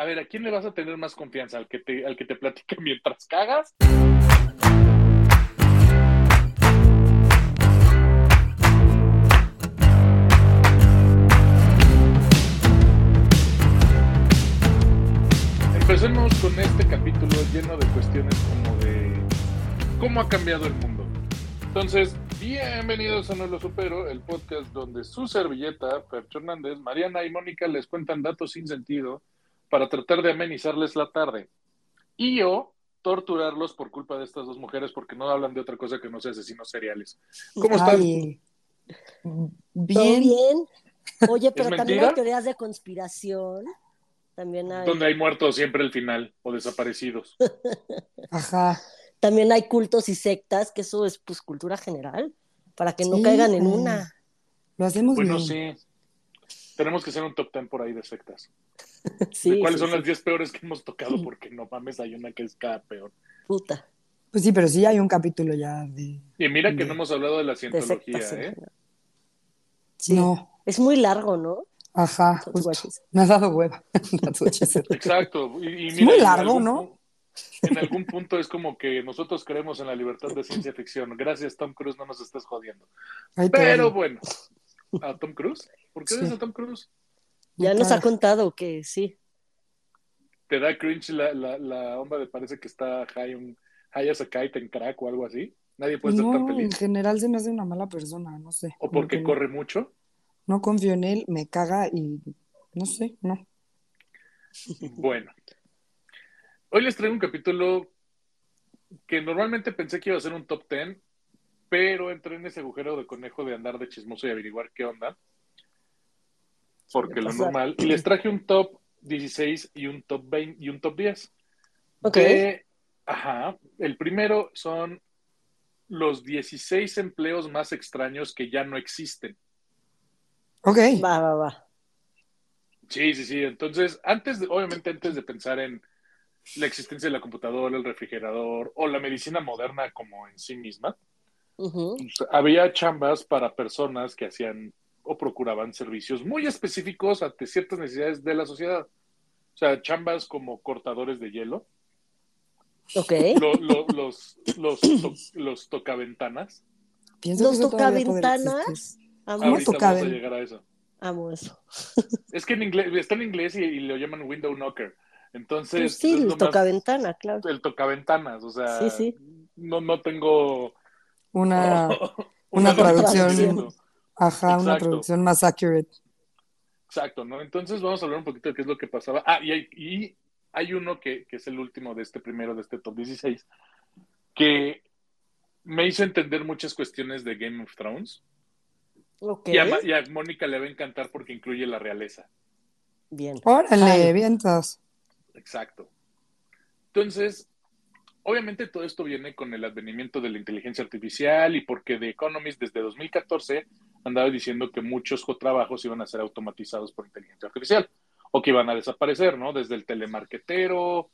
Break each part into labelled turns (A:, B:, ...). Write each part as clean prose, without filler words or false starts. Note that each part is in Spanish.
A: a ver, ¿a quién le vas a tener más confianza? ¿Al que te platica mientras cagas? Empecemos con este capítulo lleno de cuestiones como de cómo ha cambiado el mundo. Entonces, bienvenidos a No Lo Supero, el podcast donde su servilleta, Fercho Hernández, Mariana y Mónica les cuentan datos sin sentido para tratar de amenizarles la tarde. Y yo torturarlos por culpa de estas dos mujeres porque no hablan de otra cosa que no sea asesinos seriales. ¿Cómo están?
B: Ay,
C: ¿Todo
B: bien.
C: bien? Oye,
A: ¿Es
C: pero también
A: mentira?
C: hay teorías de conspiración. También
A: Donde
C: hay,
A: hay muertos siempre al final o desaparecidos.
B: Ajá.
C: también hay cultos y sectas, que eso es pues cultura general, para que no
B: Sí,
C: caigan en una.
B: lo hacemos
A: Bueno,
B: bien.
A: sí. Tenemos que hacer un top 10 por ahí de sectas. De
C: Sí,
A: cuáles
C: sí,
A: son las
C: sí.
A: 10 peores que hemos tocado, porque no mames, hay una que es cada peor.
C: Puta,
B: Pues sí, pero sí hay un capítulo ya de...
A: Y mira que no
B: de...
A: hemos hablado de la
C: de sectas
A: cientología,
C: en
A: ¿eh?
C: general. Sí,
B: No,
C: es muy largo, ¿no?
B: ajá,
C: That's what
B: justo.
C: she said.
B: Me has dado hueva. That's what she said.
A: Exacto. Y
B: Es
A: mira,
B: muy largo, ¿no?
A: en algún punto es como que nosotros creemos en la libertad de ciencia ficción. Gracias, Tom Cruise, no nos estás jodiendo.
B: Ay, te
A: Pero
B: odio.
A: bueno, ¿a Tom Cruise? ¿Por qué odias a
B: Sí,
A: Tom Cruise?
B: me
C: Ya nos ha
B: caga.
C: contado que sí.
A: ¿Te da cringe la onda de parece que está high as a kite en crack o algo así? Nadie puede
B: Pues
A: ser tan
B: no, en
A: feliz.
B: general se me hace una mala persona, no sé.
A: ¿O
B: Como
A: porque
B: que
A: corre mucho?
B: no confío en él, me caga y no sé, no.
A: Bueno, hoy les traigo un capítulo que normalmente pensé que iba a ser un top 10, pero entré en ese agujero de conejo de andar de chismoso y averiguar qué onda,
C: Suele
A: porque lo
C: pasar.
A: normal. Y les traje un top 16 y un top 20 y un top 10.
C: Ok,
A: El primero son los 16 empleos más extraños que ya no existen.
B: Ok,
C: va.
A: Sí, sí, sí. Entonces, obviamente antes de pensar en la existencia de la computadora, el refrigerador o la medicina moderna como en sí misma,
C: Ujú.
A: pues, había chambas para personas que hacían o procuraban servicios muy específicos ante ciertas necesidades de la sociedad. O sea, chambas como cortadores de hielo,
C: Ok.
A: los tocaventanas.
B: pienso que
C: Los
B: eso todavía podría existir.
C: tocaventanas, amo
B: ¿Cómo
A: Ahorita
C: eso,
A: vamos a
B: tocaban?
A: llegar a eso.
C: amo eso.
A: Es que en inglés, está en inglés y lo llaman window knocker.
C: Pues
A: Entonces, pues
C: sí,
A: es
C: el
A: lo más
C: tocaventana, claro.
A: el tocaventanas. O
C: Sí,
A: sea,
C: sí.
A: no tengo
B: Una,
A: una
B: una
A: traducción
C: Traducción.
A: directo.
B: traducción, ajá, una
A: Exacto.
B: traducción más accurate.
A: Exacto, ¿no? Entonces vamos a hablar un poquito de qué es lo que pasaba. Y hay uno que es el último de este primero, de este top 16, que me hizo entender muchas cuestiones de Game of Thrones.
C: Ok,
A: Y a Mónica le va a encantar porque incluye la realeza.
C: bien.
B: Órale,
C: Jalo.
B: vientos.
A: Exacto. Entonces, obviamente todo esto viene con el advenimiento de la inteligencia artificial y porque The Economist desde 2014 andaba diciendo que muchos trabajos iban a ser automatizados por inteligencia artificial o que iban a desaparecer, ¿no? Desde el telemarketero,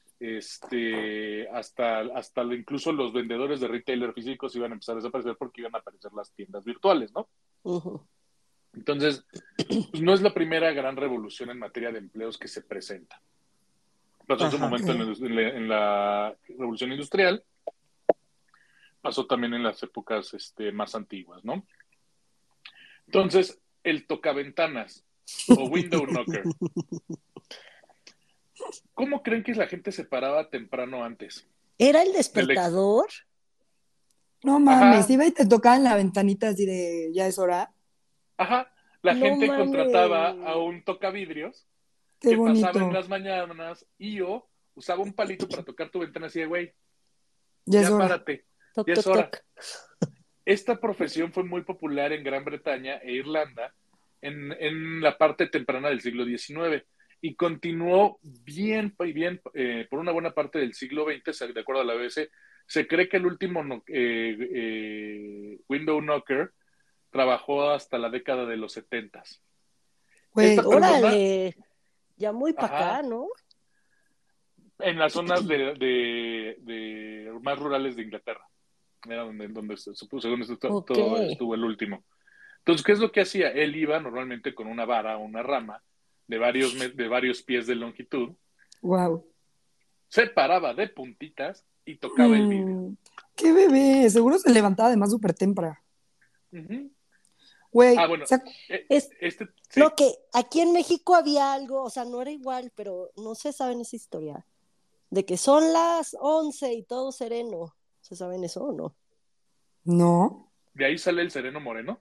A: hasta incluso los vendedores de retailer físicos iban a empezar a desaparecer porque iban a aparecer las tiendas virtuales, ¿no?
C: Ujú.
A: Entonces, pues no es la primera gran revolución en materia de empleos que se presenta. Pasó en su
C: Ajá.
A: momento en la revolución industrial, pasó también en las épocas más antiguas, ¿no? Entonces, el tocaventanas o window knocker, ¿cómo creen que la gente se paraba temprano antes?
C: ¿Era el
A: Del ex.
C: despertador?
B: No mames,
A: Ajá,
B: iba y te tocaba en la ventanita así de ya es hora.
A: ajá. La
C: No
A: gente contrataba a
C: mames.
A: un tocavidrios
B: Qué
A: que pasaba en
B: bonito.
A: las mañanas y yo usaba un palito para tocar tu ventana así de, güey,
B: Ya es
A: ya
B: hora.
A: párate,
C: Toc,
A: ya es
C: toc,
A: hora.
C: toc.
A: Esta profesión fue muy popular en Gran Bretaña e Irlanda en la parte temprana del siglo XIX y continuó bien, por una buena parte del siglo XX, de acuerdo a la BBC. Se cree que el último window knocker trabajó hasta la década de los 70. Esta
B: Güey,
A: persona,
C: Órale. Ya muy para acá,
A: ajá,
C: ¿no?
A: en las zonas de más rurales de Inglaterra, era donde según esto,
C: Ok.
A: todo estuvo el último. Entonces, ¿qué es lo que hacía? Él iba normalmente con una vara o una rama de varios pies de longitud
B: Wow.
A: Se paraba de puntitas y tocaba el vidrio.
B: ¡Qué bebé! Seguro se levantaba además súper temprano.
A: Ujú.
B: Güey,
A: Bueno,
C: Es,
A: sí.
C: no, que aquí en México había algo, o sea, no era igual, pero no se sabe en esa historia, de que son las 11 y todo sereno. ¿Se saben eso o no?
B: no.
A: De ahí sale el sereno moreno.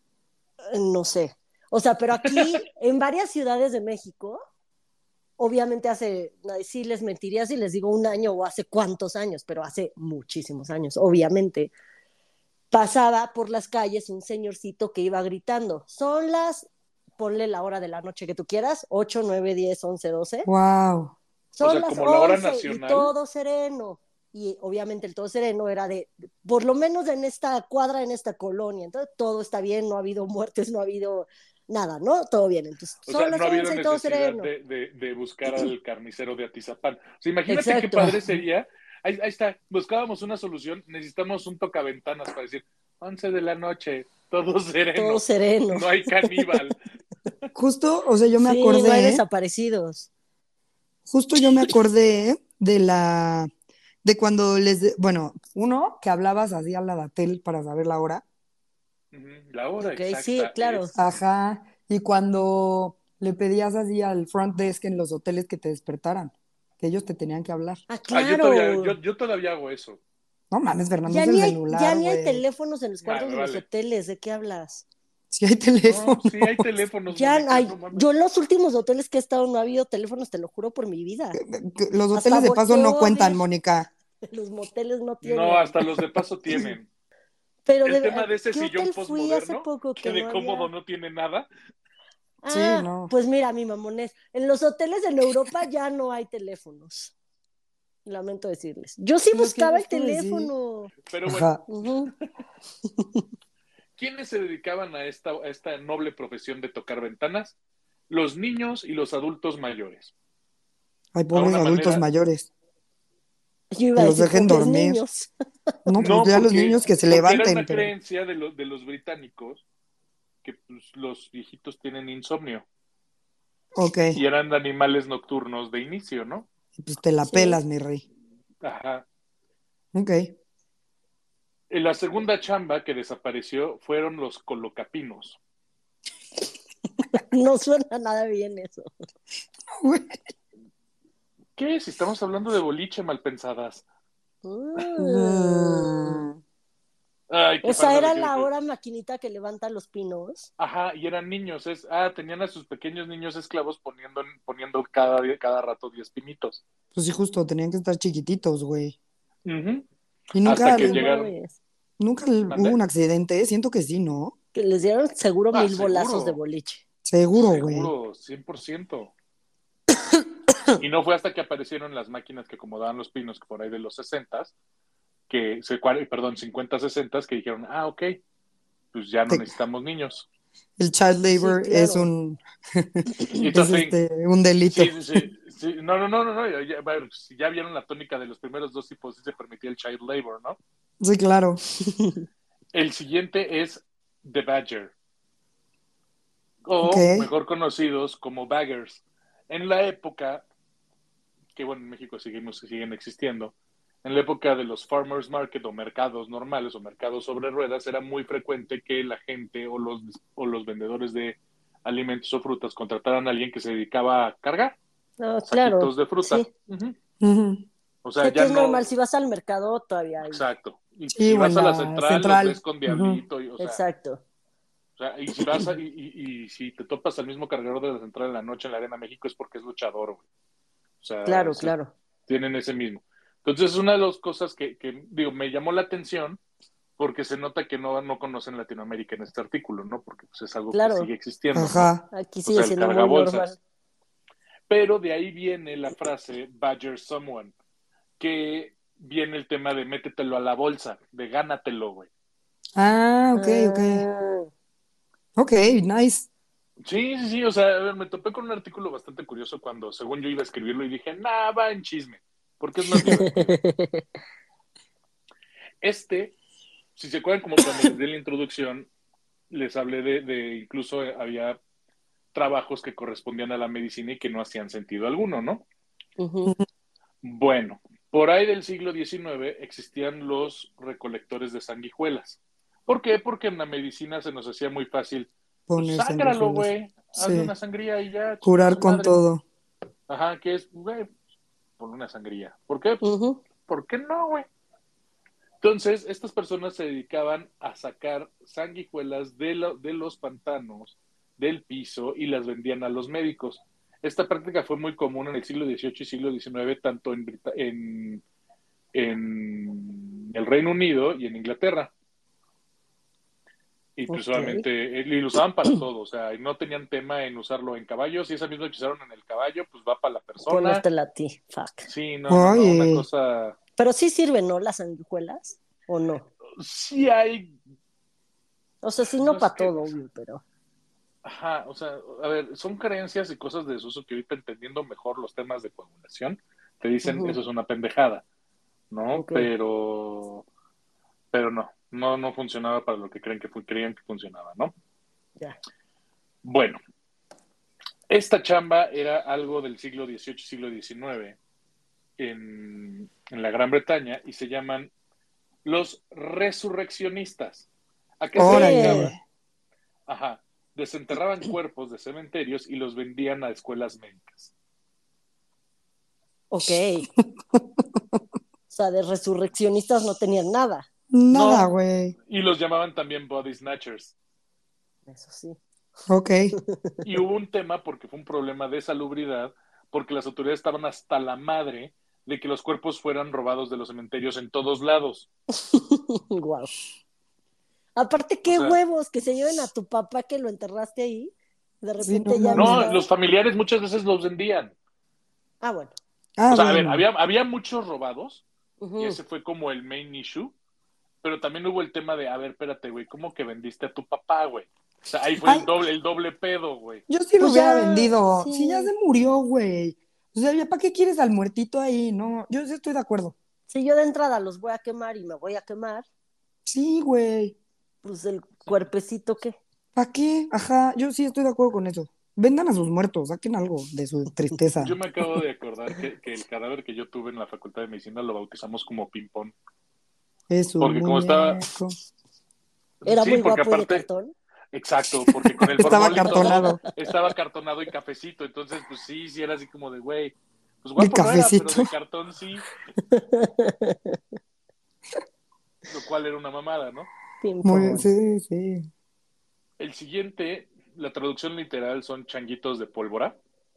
C: No sé. O sea, pero aquí, en varias ciudades de México, obviamente hace, sí les mentiría si les digo un año o hace cuántos años, pero hace muchísimos años, obviamente, pasaba por las calles un señorcito que iba gritando, son las, ponle la hora de la noche que tú quieras, 8, 9, 10, 11, 12,
B: Wow.
A: O
C: son
A: sea,
C: las
A: como la hora
C: 11 y
A: nacional.
C: todo sereno. Y obviamente el todo sereno era de, por lo menos en esta cuadra, en esta colonia. Entonces todo está bien, no ha habido muertes, no ha habido nada, ¿no? Todo bien. Entonces
A: O sea,
C: son las
A: no ha habido
C: 11 y todo
A: necesidad
C: sereno.
A: de buscar al carnicero de Atizapán. O sea, imagínate qué
C: Exacto.
A: padre sería. Ahí está, buscábamos una solución, necesitamos un tocaventanas para decir, 11 de la noche, todo
C: Todo
A: sereno,
C: sereno.
A: no hay caníbal.
B: Justo, o sea, yo me
C: Sí, no hay
B: acordé,
C: desaparecidos.
B: justo yo me acordé de cuando bueno, uno, que hablabas así a la Datel para saber la hora.
A: La hora
C: Ok, sí,
A: exacta
C: claro.
A: es.
B: Ajá. Y cuando le pedías así al front desk en los hoteles que te despertaran, que ellos te tenían que hablar.
C: Ah,
A: Ah, yo todavía,
C: claro.
A: yo todavía hago eso.
B: No mames, Fernando,
C: Ya
B: es el
C: ni hay, ya
B: celular,
C: ni hay
B: güey.
C: teléfonos en los
A: Nah,
C: cuartos
A: me
C: de los
A: vale.
C: hoteles. ¿De qué hablas?
B: Si hay
A: No,
B: teléfono.
A: sí hay teléfonos,
C: Ya
A: Mónica,
C: hay.
A: no mames.
C: Yo en los últimos hoteles que he estado no ha habido teléfonos, te lo juro por mi vida.
B: Los
C: Hasta
B: hoteles de paso no
C: volteo a
B: cuentan,
C: ver.
B: Mónica.
C: Los moteles no
A: No,
C: tienen.
A: hasta los de paso tienen.
C: Pero
A: El tema de ese
C: ¿qué
A: sillón
C: hotel fui hace
A: postmoderno,
C: poco
A: que
C: que no
A: de cómodo
C: había?
A: no tiene nada.
B: Sí,
C: Ah,
B: no.
C: pues mira, mi mamonés. En los hoteles en Europa ya no hay teléfonos. Lamento decirles. Yo sí
B: Pues es que
C: buscaba el
B: justo decir.
C: teléfono.
A: Pero bueno,
B: Ajá.
C: Ujú.
A: ¿quiénes se dedicaban a esta noble profesión de tocar ventanas? Los niños y los adultos mayores.
B: Hay
A: A
B: pobres
A: una
B: adultos
A: manera,
B: mayores.
C: Yo iba
B: Que
C: a
B: los
C: decir
B: dejen
C: pobres
B: dormir.
C: niños.
B: No, pues
A: no,
B: ya los
A: porque,
B: niños que se
A: porque era
B: levanten,
A: una
B: pero
A: creencia de los británicos que pues, los viejitos tienen insomnio
B: ok.
A: y eran animales nocturnos de inicio, ¿no?
B: Pues te la
C: Sí.
B: pelas, mi rey.
A: Ajá.
B: Ok.
A: En la segunda chamba que desapareció fueron los colocapinos.
C: No suena nada bien eso.
A: ¿Qué? Si estamos hablando de boliche, mal pensadas.
C: Mm.
B: Mm,
A: Ay,
C: O
A: qué
C: sea,
A: farsa de
C: era
A: que...
C: la hora maquinita que levanta los pinos.
A: Ajá, y eran niños. Tenían a sus pequeños niños esclavos poniendo cada rato 10 pinitos.
B: pues sí, justo, tenían que estar chiquititos, güey.
A: Ujú.
B: Y
A: Hasta
B: nunca,
A: que
C: No
A: llegaron.
C: mames.
B: nunca hubo
A: ¿Mande?
B: un accidente, siento que sí, ¿no?
C: Que les dieron seguro
A: Ah,
C: 1000 bolazos de
A: seguro.
C: boliche.
B: Seguro, güey.
A: Seguro, 100%. Y no fue hasta que aparecieron las máquinas que acomodaban los pinos, que por ahí de los 60, perdón, 50, 60, que dijeron, ok, pues ya no
B: Te-
A: necesitamos niños.
B: el child
C: Sí,
B: labor es
C: claro.
A: It's a
B: es
A: thing.
B: un delito.
A: Sí, sí, sí. Sí. No, no, no, no, no. Ya, si ya vieron la tónica de los primeros dos tipos, sí se permitía el child labor, ¿no?
B: Sí, claro.
A: El siguiente es The Badger,
B: Ok.
A: o mejor conocidos como baggers. En la época, que bueno, en México siguen existiendo, en la época de los farmers market o mercados normales o mercados sobre ruedas, era muy frecuente que la gente o los vendedores de alimentos o frutas contrataran a alguien que se dedicaba a cargar
C: No,
A: saquitos
C: claro.
A: de fruta.
C: Sí.
A: Ujú.
B: Ujú.
A: O
C: Sí,
A: sea,
C: aquí
A: ya
C: es normal.
A: no.
C: Si vas al mercado, todavía hay.
A: Exacto. Y
B: Sí,
A: si
B: o en
A: vas a la
B: la
A: central, los ves
B: central.
A: con
B: Ujú.
A: diablito.
C: Exacto.
A: Y si vas y si te topas al mismo cargador de la central en la noche en la Arena México es porque es luchador, güey. O sea,
C: Claro, claro.
A: tienen ese mismo. Entonces, es una de las cosas que, digo, me llamó la atención porque se nota que no conocen Latinoamérica en este artículo, ¿no? Porque pues, es algo que sigue
C: Claro.
A: existiendo, ¿no?
B: Ajá.
C: Aquí
A: O
C: sigue
A: sea, el
C: siendo muy normal.
A: cargabolsas. Pero de ahí viene la frase Badger Someone, que viene el tema de métetelo a la bolsa, de gánatelo, güey.
B: Ah, ok, ok.
C: Ah,
B: Ok, nice.
A: Sí, sí, sí, o sea, a ver, me topé con un artículo bastante curioso cuando, según yo iba a escribirlo y dije, nah, va en chisme, porque es más divertido. Si se acuerdan como cuando les di la introducción, les hablé incluso había trabajos que correspondían a la medicina y que no hacían sentido alguno, ¿no?
C: Ujú.
A: Bueno, por ahí del siglo XIX existían los recolectores de sanguijuelas. ¿Por qué? Porque en la medicina se nos hacía muy fácil. Pues
B: Poner
A: sácralo,
B: sanguijuelas.
A: güey. Hazle
B: Sí,
A: una sangría y ya, chingue
B: curar
A: su
B: con
A: madre.
B: todo.
A: Ajá, que es, güey, por una sangría. ¿Por qué? Pues,
C: Ujú.
A: ¿por qué no, güey? Entonces, estas personas se dedicaban a sacar sanguijuelas de los pantanos, del piso, y las vendían a los médicos. Esta práctica fue muy común en el siglo XVIII y siglo XIX, tanto en el Reino Unido y en Inglaterra. Y pues
C: Ok.
A: obviamente y lo usaban para todo, o sea, no tenían tema en usarlo en caballos, y esa misma que usaron en el caballo, pues va para la persona.
C: Ponértela a ti, fuck.
A: Sí, no, una
B: Oye,
A: cosa.
C: Pero sí sirven, ¿no? Las sanguijuelas, ¿o no?
A: Sí hay,
C: O sea, sí,
A: no
C: no
A: es
C: para
A: que,
C: todo, obvio, pero.
A: ajá, o sea, a ver, son creencias y cosas de desuso que ahorita entendiendo mejor los temas de coagulación, te dicen
C: Ujú.
A: eso es una pendejada, ¿no?
C: Ok,
A: Pero no funcionaba para lo que creían que funcionaba, ¿no?
C: ya.
A: Bueno, esta chamba era algo del siglo XVIII, siglo XIX en la Gran Bretaña y se llaman los resurreccionistas. ¿A qué se dedicaban?
B: órale.
A: Ajá, desenterraban cuerpos de cementerios y los vendían a escuelas médicas.
C: Ok. O sea, de resurreccionistas no tenían nada.
B: Nada,
A: No,
B: güey.
A: y los llamaban también body snatchers.
C: Eso sí.
B: Ok.
A: Y hubo un tema porque fue un problema de salubridad, porque las autoridades estaban hasta la madre de que los cuerpos fueran robados de los cementerios en todos lados.
C: Guau. Aparte,
A: O
C: qué
A: sea,
C: huevos que se lleven a tu papá que lo enterraste ahí. De
B: Sí, no
C: repente ya no
A: no,
B: mames.
C: está.
A: los familiares muchas veces los vendían.
C: Ah, bueno.
A: O
B: Ah,
A: sea, a ver,
B: bueno.
A: había muchos robados y
C: Ujú.
A: ese fue como el main issue, pero también hubo el tema de, a ver, espérate, güey, ¿cómo que vendiste a tu papá, güey? O sea, ahí fue
B: Ay,
A: el doble pedo, güey.
B: yo sí lo
C: Pues
B: hubiera
C: ya,
B: vendido. Sí, ya se
C: sí.
B: murió, güey. O sea, ¿ya para qué quieres al muertito ahí? No, yo sí estoy de acuerdo.
C: Si yo de entrada los voy a quemar y me voy a quemar,
B: Sí, güey.
C: pues el cuerpecito, ¿qué?
B: ¿Para qué? Ajá, yo sí estoy de acuerdo con eso. Vendan a sus muertos, saquen algo de su
A: Yo
B: tristeza.
A: me acabo de acordar que el cadáver que yo tuve en la Facultad de Medicina lo bautizamos como ping-pong.
B: Es un
A: Porque como estaba,
B: muñeco.
C: Era
A: sí,
C: muy
A: porque
C: guapo y de
A: aparte,
C: cartón.
A: exacto, porque con el
B: Estaba
A: formol y todo
B: cartonado.
A: estaba cartonado y cafecito. Entonces, pues sí, era así como de, güey, pues
B: De
A: guapo no era, pero
B: cafecito.
A: de cartón sí, lo cual era una mamada, ¿no?
B: Muy,
C: Pimpón.
B: sí, sí.
A: El siguiente, la traducción literal son changuitos de pólvora.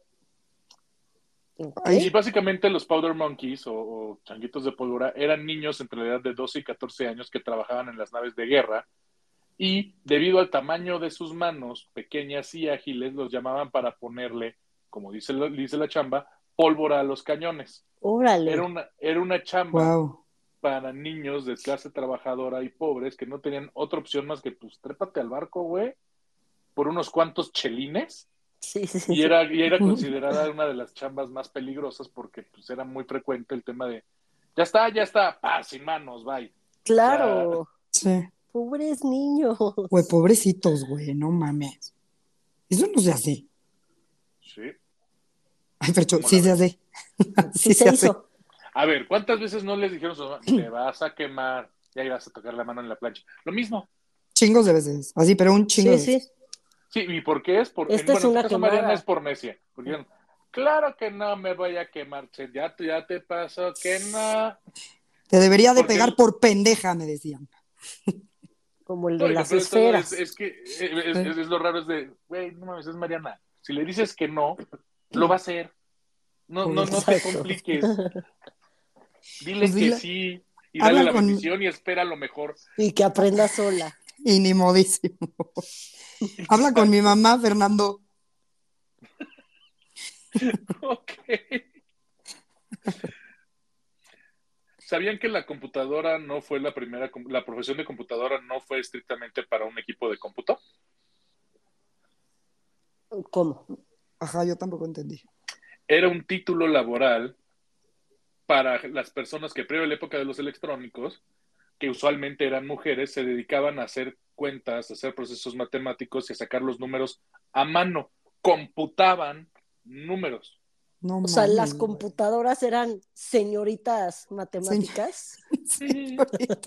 C: Ok.
B: Ay,
A: Y básicamente los Powder Monkeys o changuitos de pólvora eran niños entre la edad de 12 y 14 años que trabajaban en las naves de guerra y debido al tamaño de sus manos, pequeñas y ágiles, los llamaban para ponerle, como dice la chamba, pólvora a los cañones.
C: Órale.
A: Era una chamba
B: wow.
A: para niños de clase trabajadora y pobres que no tenían otra opción más que, pues, trépate al barco, güey, por unos cuantos chelines.
C: Sí, sí,
A: Y
C: sí.
A: era considerada una de las chambas más peligrosas porque pues, era muy frecuente el tema de, ya está, sin manos, bye. O sea,
C: Claro.
B: Sí.
C: Pobres niños.
B: Güey, pobrecitos, güey, no mames. Eso no se hace.
A: sí,
B: Ay, Fercho,
A: ¿cómo la
B: sí se
A: ves?
B: hace.
C: Sí
B: Sí
C: se
B: se hace.
C: hizo.
A: A ver, ¿cuántas veces no les dijeron a su mamá, te vas a quemar, ya ibas a tocar la mano en la plancha? Lo mismo.
B: Chingos de veces. Así, pero un chingo
C: Sí,
B: de
C: sí.
B: veces.
A: Sí, ¿y por qué es?
C: Esta es
A: Bueno, en tu
C: una
A: caso, Mariana, es
C: quemada.
A: por necia. Porque dijeron, claro que no me voy a quemar, che, ya te pasó que no.
B: Te debería de
A: Porque
B: pegar por pendeja, me decían.
C: Como el de
A: no, y lo
C: las
A: peor de todo
C: esferas.
A: es que
B: Sí.
A: es lo raro, es de, güey, no mames, es Mariana. Si le dices que no, lo va a hacer. No te
C: Exacto.
A: compliques.
B: Pues
A: Dile que
B: dile,
A: sí y dale
B: habla
A: la
B: con.
A: bendición y espera lo mejor.
C: Y que aprenda sola.
B: Y ni modísimo. Habla con mi
A: Exacto.
B: mamá, Fernando.
A: Ok. ¿Sabían que la computadora no fue la primera, la profesión de computadora no fue estrictamente para un equipo de cómputo?
C: ¿Cómo?
B: Ajá, yo tampoco entendí.
A: Era un título laboral para las personas que previo a la época de los electrónicos, que usualmente eran mujeres, se dedicaban a hacer cuentas, a hacer procesos matemáticos y a sacar los números a mano. Computaban números.
B: No
C: O sea, las
B: mames, güey.
C: computadoras eran señoritas matemáticas.
B: Sí,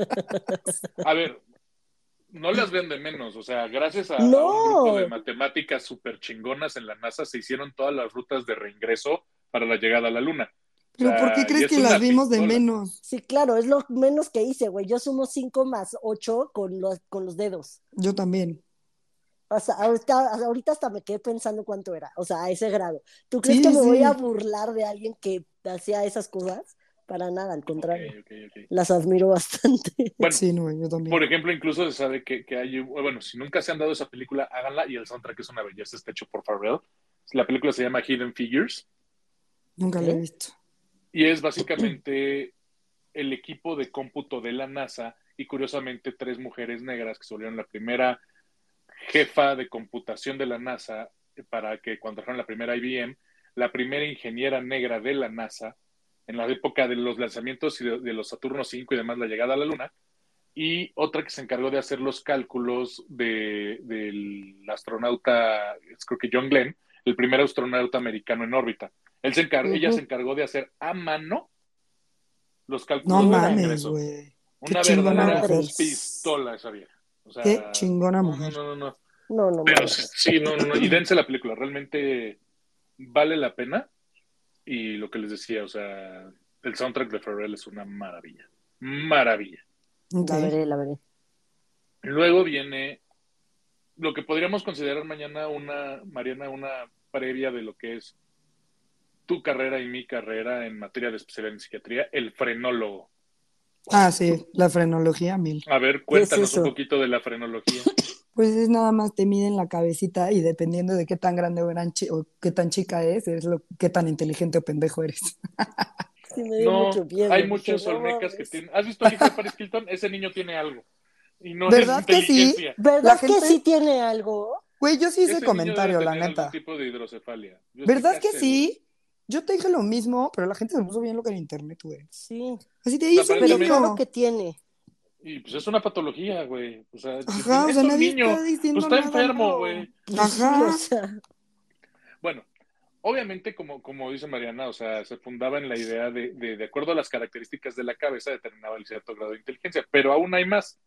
A: A ver, no las ven de menos, o sea, gracias a un grupo de
C: No,
A: matemáticas súper chingonas en la NASA se hicieron todas las rutas de reingreso para la llegada a la Luna. O
B: pero ¿por qué
A: sea, y
B: crees
A: es
B: que las
A: una
B: vimos de
A: pistola.
B: menos?
C: sí, claro, es lo menos que hice, güey. Yo sumo 5 más 8 con los dedos.
B: Yo también.
C: O sea, ahorita hasta me quedé pensando cuánto era, o sea, a ese grado. ¿Tú crees que
B: Sí,
C: me voy a
B: sí.
C: burlar de alguien que hacía esas cosas? Para nada, al
A: Ok,
C: contrario.
A: ok, ok.
C: Las admiro bastante.
A: Bueno,
B: Sí, no, yo
A: por
B: también.
A: ejemplo, incluso se sabe que hay, bueno, si nunca se han dado esa película, háganla y el soundtrack es una belleza, está hecho por Pharrell. La película se llama Hidden Figures
B: Nunca
C: ¿Ok?
B: lo he visto.
A: y es básicamente el equipo de cómputo de la NASA y curiosamente tres mujeres negras que se volvieron la primera jefa de computación de la NASA para que cuando trajeron la primera IBM, la primera ingeniera negra de la NASA en la época de los lanzamientos y de los Saturno 5 y demás, la llegada a la Luna, y otra que se encargó de hacer los cálculos del astronauta, creo que John Glenn, el primer astronauta americano en órbita. Ella se
C: Ujú.
A: encargó de hacer a mano los
B: No
A: cálculos de
B: mames,
C: Órale,
A: reingreso.
B: güey. Qué
A: Una
B: chingona
A: verdadera
B: mujer.
C: madres.
A: pistola esa vieja. O
B: Qué
A: sea,
B: chingona
A: no, no,
B: mujer.
A: no, no, no.
C: No, no
A: Pero sí,
C: mames.
A: sí, no, no, no. Y dense la película, realmente vale la pena. Y lo que les decía, o sea, el soundtrack de Pharrell es una maravilla. Maravilla.
B: Ok.
C: La veré, la veré.
A: Luego viene lo que podríamos considerar mañana una, Mariana, una previa de lo que es tu carrera y mi carrera en materia de especialidad en psiquiatría, el frenólogo.
B: Ah, sí, la frenología, mil.
A: A ver,
C: ¿Qué es
A: cuéntanos un
C: eso?
A: poquito de la frenología.
B: Pues es nada más te miden la cabecita y dependiendo de qué tan grande o qué tan chica es qué tan inteligente o pendejo eres.
C: Sí, me dio
A: No,
C: mucho miedo.
A: hay
C: Dije,
A: muchos
C: no
A: olmecas que
C: mames.
A: tienen. ¿Has visto el hijo de Paris Hilton? Ese niño tiene algo. Y no es
B: ¿Verdad que sí?
A: inteligencia.
B: La
C: ¿Verdad que sí
B: gente,
C: tiene algo?
B: güey, yo sí hice
A: Ese niño debe
B: comentario, la
A: tener algún
B: neta.
A: tipo de hidrocefalia. Yo estoy
B: ¿Verdad
A: casi
B: que
A: seguro.
B: sí? Yo te dije lo mismo, pero la gente se puso bien loca en internet, güey.
C: Sí,
B: Así te hizo un
C: pero
A: Aparentemente,
C: claro
B: niño.
C: que tiene.
A: y pues es una patología, güey. O sea,
B: Ajá, o
A: es
B: sea,
A: un
B: nadie
A: niño,
B: está
A: pues
B: diciendo
A: está
B: nada
A: enfermo,
B: malo.
A: güey.
C: Pues sí, o
B: Ajá.
C: sea,
A: Bueno, obviamente, como dice Mariana, o sea, se fundaba en la idea de acuerdo a las características de la cabeza, determinaba el cierto grado de inteligencia. Pero aún hay más.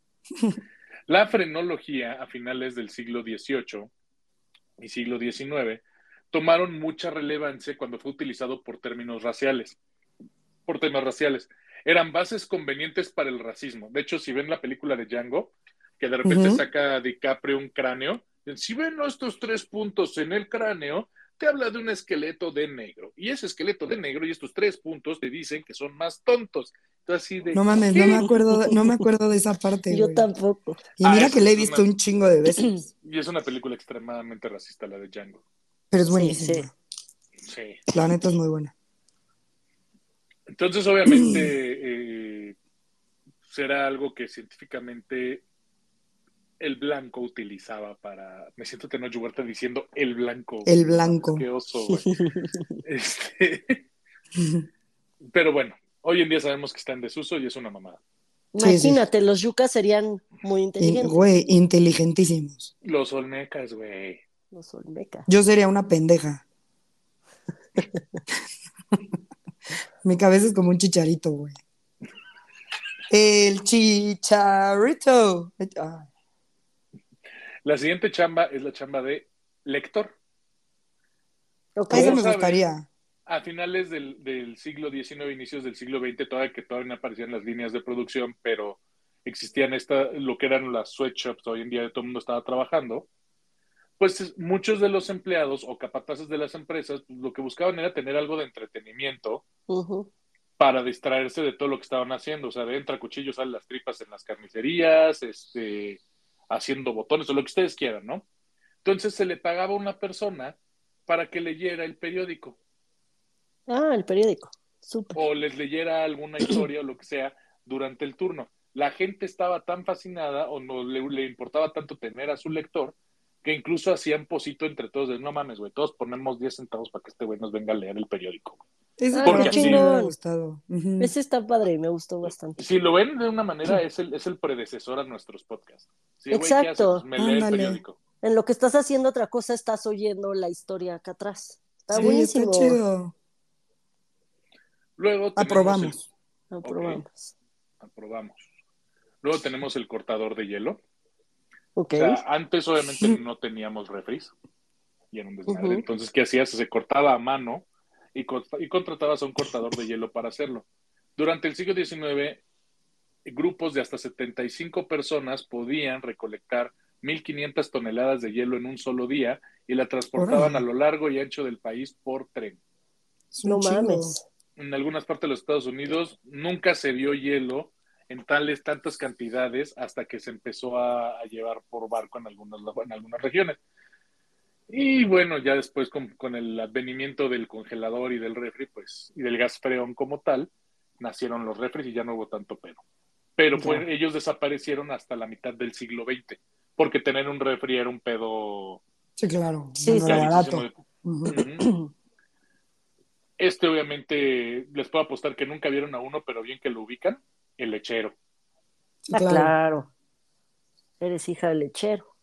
A: La frenología, a finales del siglo XVIII y siglo XIX, tomaron mucha relevancia cuando fue utilizado por términos raciales, por temas raciales. Eran bases convenientes para el racismo. De hecho, si ven la película de Django, que de repente
B: Ujú.
A: saca a DiCaprio un cráneo, si ven estos tres puntos en el cráneo, te habla de un esqueleto de negro. Y ese esqueleto de negro y estos tres puntos te dicen que son más tontos. Entonces, así de,
B: No mames,
A: ¿qué?
B: no me acuerdo de esa parte,
C: yo
B: güey.
C: tampoco.
B: Y
A: Ah,
B: mira que la he visto un chingo de veces,
A: y es una película extremadamente racista, la de Django.
B: pero es
C: Sí, sí.
B: buenísima.
A: Sí.
B: La neta es muy buena.
A: Entonces, obviamente, será algo que científicamente el blanco utilizaba para. Me siento Tenoch Huerta diciendo el blanco, güey.
B: El
A: No mames,
B: blanco.
A: qué oso, güey. Este, pero bueno, hoy en día sabemos que está en desuso y es una mamada.
B: Sí, sí.
C: Imagínate, los yucas serían muy
B: Güey,
C: inteligentes.
B: inteligentísimos.
A: Los olmecas, güey.
C: Los olmecas.
B: Yo sería una pendeja. Mi cabeza es como un chicharito, güey. El chicharito. Ah,
A: La siguiente chamba es la chamba de lector.
C: Ok.
B: esa
A: Como
B: me
A: saben,
B: gustaría.
A: a finales del siglo XIX, inicios del siglo XX, todavía no aparecían las líneas de producción, pero existían lo que eran las sweatshops, hoy en día todo el mundo estaba trabajando, pues muchos de los empleados o capataces de las empresas, pues, lo que buscaban era tener algo de entretenimiento
C: Ujú.
A: para distraerse de todo lo que estaban haciendo. O sea, de entra cuchillo, salen las tripas en las carnicerías, haciendo botones o lo que ustedes quieran, ¿no? Entonces se le pagaba a una persona para que leyera el periódico
C: Ah, el periódico. Súper.
A: o les leyera alguna historia o lo que sea durante el turno. La gente estaba tan fascinada o no le importaba tanto tener a su lector que incluso hacían posito entre todos de no mames, güey, todos ponemos 10 centavos para que este güey nos venga a leer el periódico.
B: Ese
C: Ah, qué
A: Porque
B: trabajo sí me
A: así,
B: hubiera
C: chingón.
B: gustado. Ujú.
C: Ese está padre, me gustó bastante.
A: si lo ven de una manera, es el predecesor a nuestros podcasts. Sí, güey, ¿qué hace? Pues
C: Exacto.
A: me lee el
B: Ándale.
A: periódico.
C: En lo que estás haciendo otra cosa, estás oyendo la historia acá atrás. Está
B: Sí,
C: buenísimo.
B: está chido.
A: Luego tenemos
B: Aprobamos.
C: Aprobamos.
A: aprobamos. Luego tenemos el cortador de hielo.
C: Ok.
A: O sea, antes obviamente no teníamos refris y era un desmadre.
C: Ujú.
A: Entonces, ¿qué hacías? Se cortaba a mano y contratabas a un cortador de hielo para hacerlo. Durante el siglo XIX, grupos de hasta 75 personas podían recolectar 1.500 toneladas de hielo en un solo día y la transportaban a
B: Órale,
A: lo largo y ancho del país por tren.
B: es
C: No
B: un chingo.
C: mames.
A: En algunas partes de los Estados Unidos nunca se vio hielo en tantas cantidades hasta que se empezó a llevar por barco en algunas regiones. Y bueno, ya después con el advenimiento del congelador y del refri, pues, y del gas freón como tal, nacieron los refris y ya no hubo tanto pedo. Pero
C: Ya.
A: ellos desaparecieron hasta la mitad del siglo XX, porque tener un refri era un pedo
B: Sí, claro, ya
C: Sí,
B: no era
C: sí.
A: carísimo.
B: barato. Ujú.
A: Obviamente, les puedo apostar que nunca vieron a uno, pero bien que lo ubican, el lechero.
B: Sí,
C: Ah,
B: claro.
C: claro. Eres hija del lechero.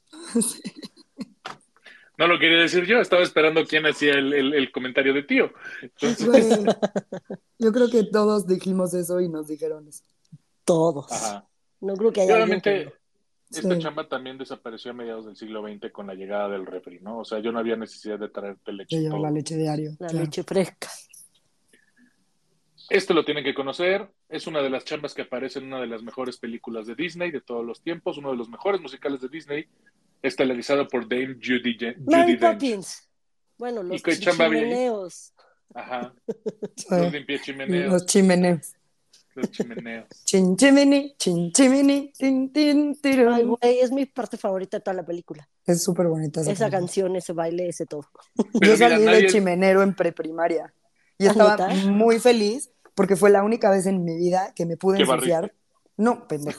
A: No lo quería decir yo, estaba esperando quién hacía el comentario de tío. Entonces,
B: Güey, yo creo que todos dijimos eso y nos dijeron eso.
C: Todos.
A: ajá.
C: No creo que
A: Y
C: haya alguien que no.
A: obviamente, esta
B: Sí,
A: chamba también desapareció a mediados del siglo XX con la llegada del refri, ¿no? O sea, yo no había necesidad de traerte
B: de
A: leche
B: llevar la
A: todos los
B: leche
A: días.
B: diario,
C: La
B: claro.
C: leche fresca.
A: Esto lo tienen que conocer. Es una de las chambas que aparece en una de las mejores películas de Disney de todos los tiempos, uno de los mejores musicales de Disney, estelarizado por Dame
C: Mary
A: Judi Dench.
C: Poppins. Bueno,
A: ¿Y
C: los
A: qué chamba había ahí?
C: chinchimeneos.
A: Ajá,
B: Sí,
A: los
B: los
A: limpiachimeneos,
B: chimeneos.
A: los chimeneos.
B: Chin chimini, tin tin
C: Ay,
B: tirun.
C: güey, es mi parte favorita de toda la película.
B: Es súper bonita esa
C: Esa
B: canción.
C: canción, ese baile, ese todo.
B: Yo
A: Pero mira,
B: salí de
A: nadie,
B: chimenero en preprimaria y
C: ¿Ah,
B: estaba
C: neta?
B: muy feliz porque fue la única vez en mi vida que me pude
A: que
B: ensuciar.
A: barriste.
B: No, pendejo.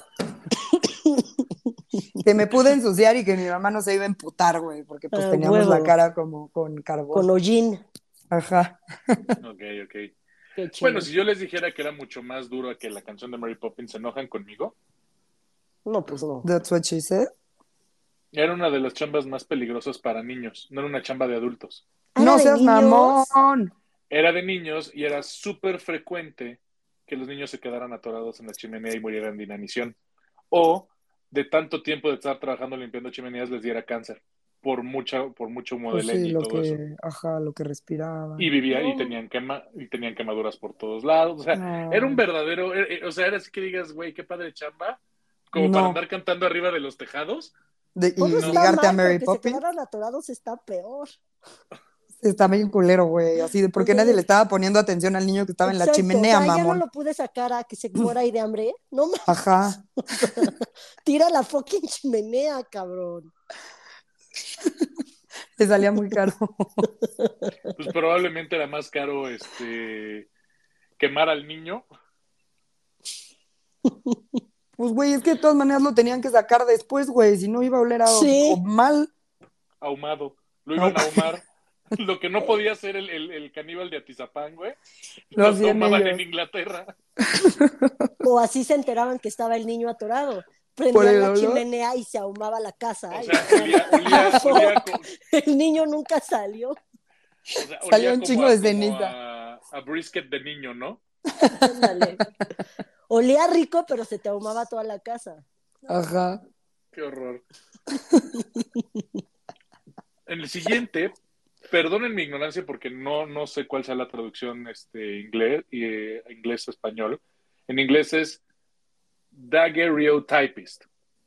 B: Que me pude ensuciar y que mi mamá no se iba a emputar, güey, porque pues
C: Ah,
B: teníamos la
C: huevo.
B: cara como con
C: Con
B: carbón.
C: hollín.
B: Ajá.
A: Ok, ok.
C: Qué
A: Bueno,
C: chido.
A: si yo les dijera que era mucho más duro que la canción de Mary Poppins, ¿se enojan conmigo?
C: No, pues no.
B: That's what she said.
A: Era una de las chambas más peligrosas para niños, no era una chamba de adultos.
C: Ah, ¿era
B: No
C: de
B: seas
C: niños?
B: mamón.
A: Era de niños y era súper frecuente que los niños se quedaran atorados en la chimenea y murieran de inanición. O de tanto tiempo de estar trabajando limpiando chimeneas les diera cáncer por mucho humo de
B: Pues sí,
A: leña y todo eso.
B: lo que respiraban.
A: Y
C: No.
A: tenían quemaduras por todos lados. O sea, era un
B: No,
A: verdadero, o sea, era así que digas, güey, qué padre chamba, como para
B: no.
A: andar cantando arriba de los tejados.
C: Pues
B: Y
C: no
A: No,
C: está
B: ligarte a
C: mal, pero
B: Mary
C: que se
B: Poppins
C: quedaran atorados está peor.
B: está bien culero, güey. Así de
C: O
B: porque
C: sea,
B: nadie le estaba poniendo atención al niño que estaba en la
C: exacto. O
B: chimenea,
C: sea, ya no
B: mamón.
C: lo pude sacar a que se muera ahí de hambre. No mames.
B: Ajá.
C: Tira la fucking chimenea, cabrón.
B: Le salía muy caro.
A: pues probablemente era más caro quemar al niño.
B: Pues, güey, es que de todas maneras lo tenían que sacar después, güey. Si no iba a oler o
C: Sí.
B: mal.
A: Ahumado. Lo
B: No,
A: iban a ahumar. Lo que no podía hacer el caníbal de Atizapán, güey.
B: lo
A: Lo
B: hacían
A: ahumaban en
B: ellos.
A: Inglaterra.
C: O así se enteraban que estaba el niño atorado.
B: Por
C: Prendían
B: el
C: la
B: olor.
C: chimenea y se ahumaba la casa.
A: O
C: Y
A: sea,
C: decían, "Ah, fuck, el niño nunca salió".
B: Salió
A: olía
B: un chingo de
A: como
B: ceniza.
A: a brisket de niño, ¿no?
C: Ándale. Olía rico, pero se te ahumaba toda la casa.
B: Ajá.
A: Qué horror. En el siguiente, perdonen mi ignorancia porque no sé cuál sea la traducción inglés-español. En inglés es daguerreotypist.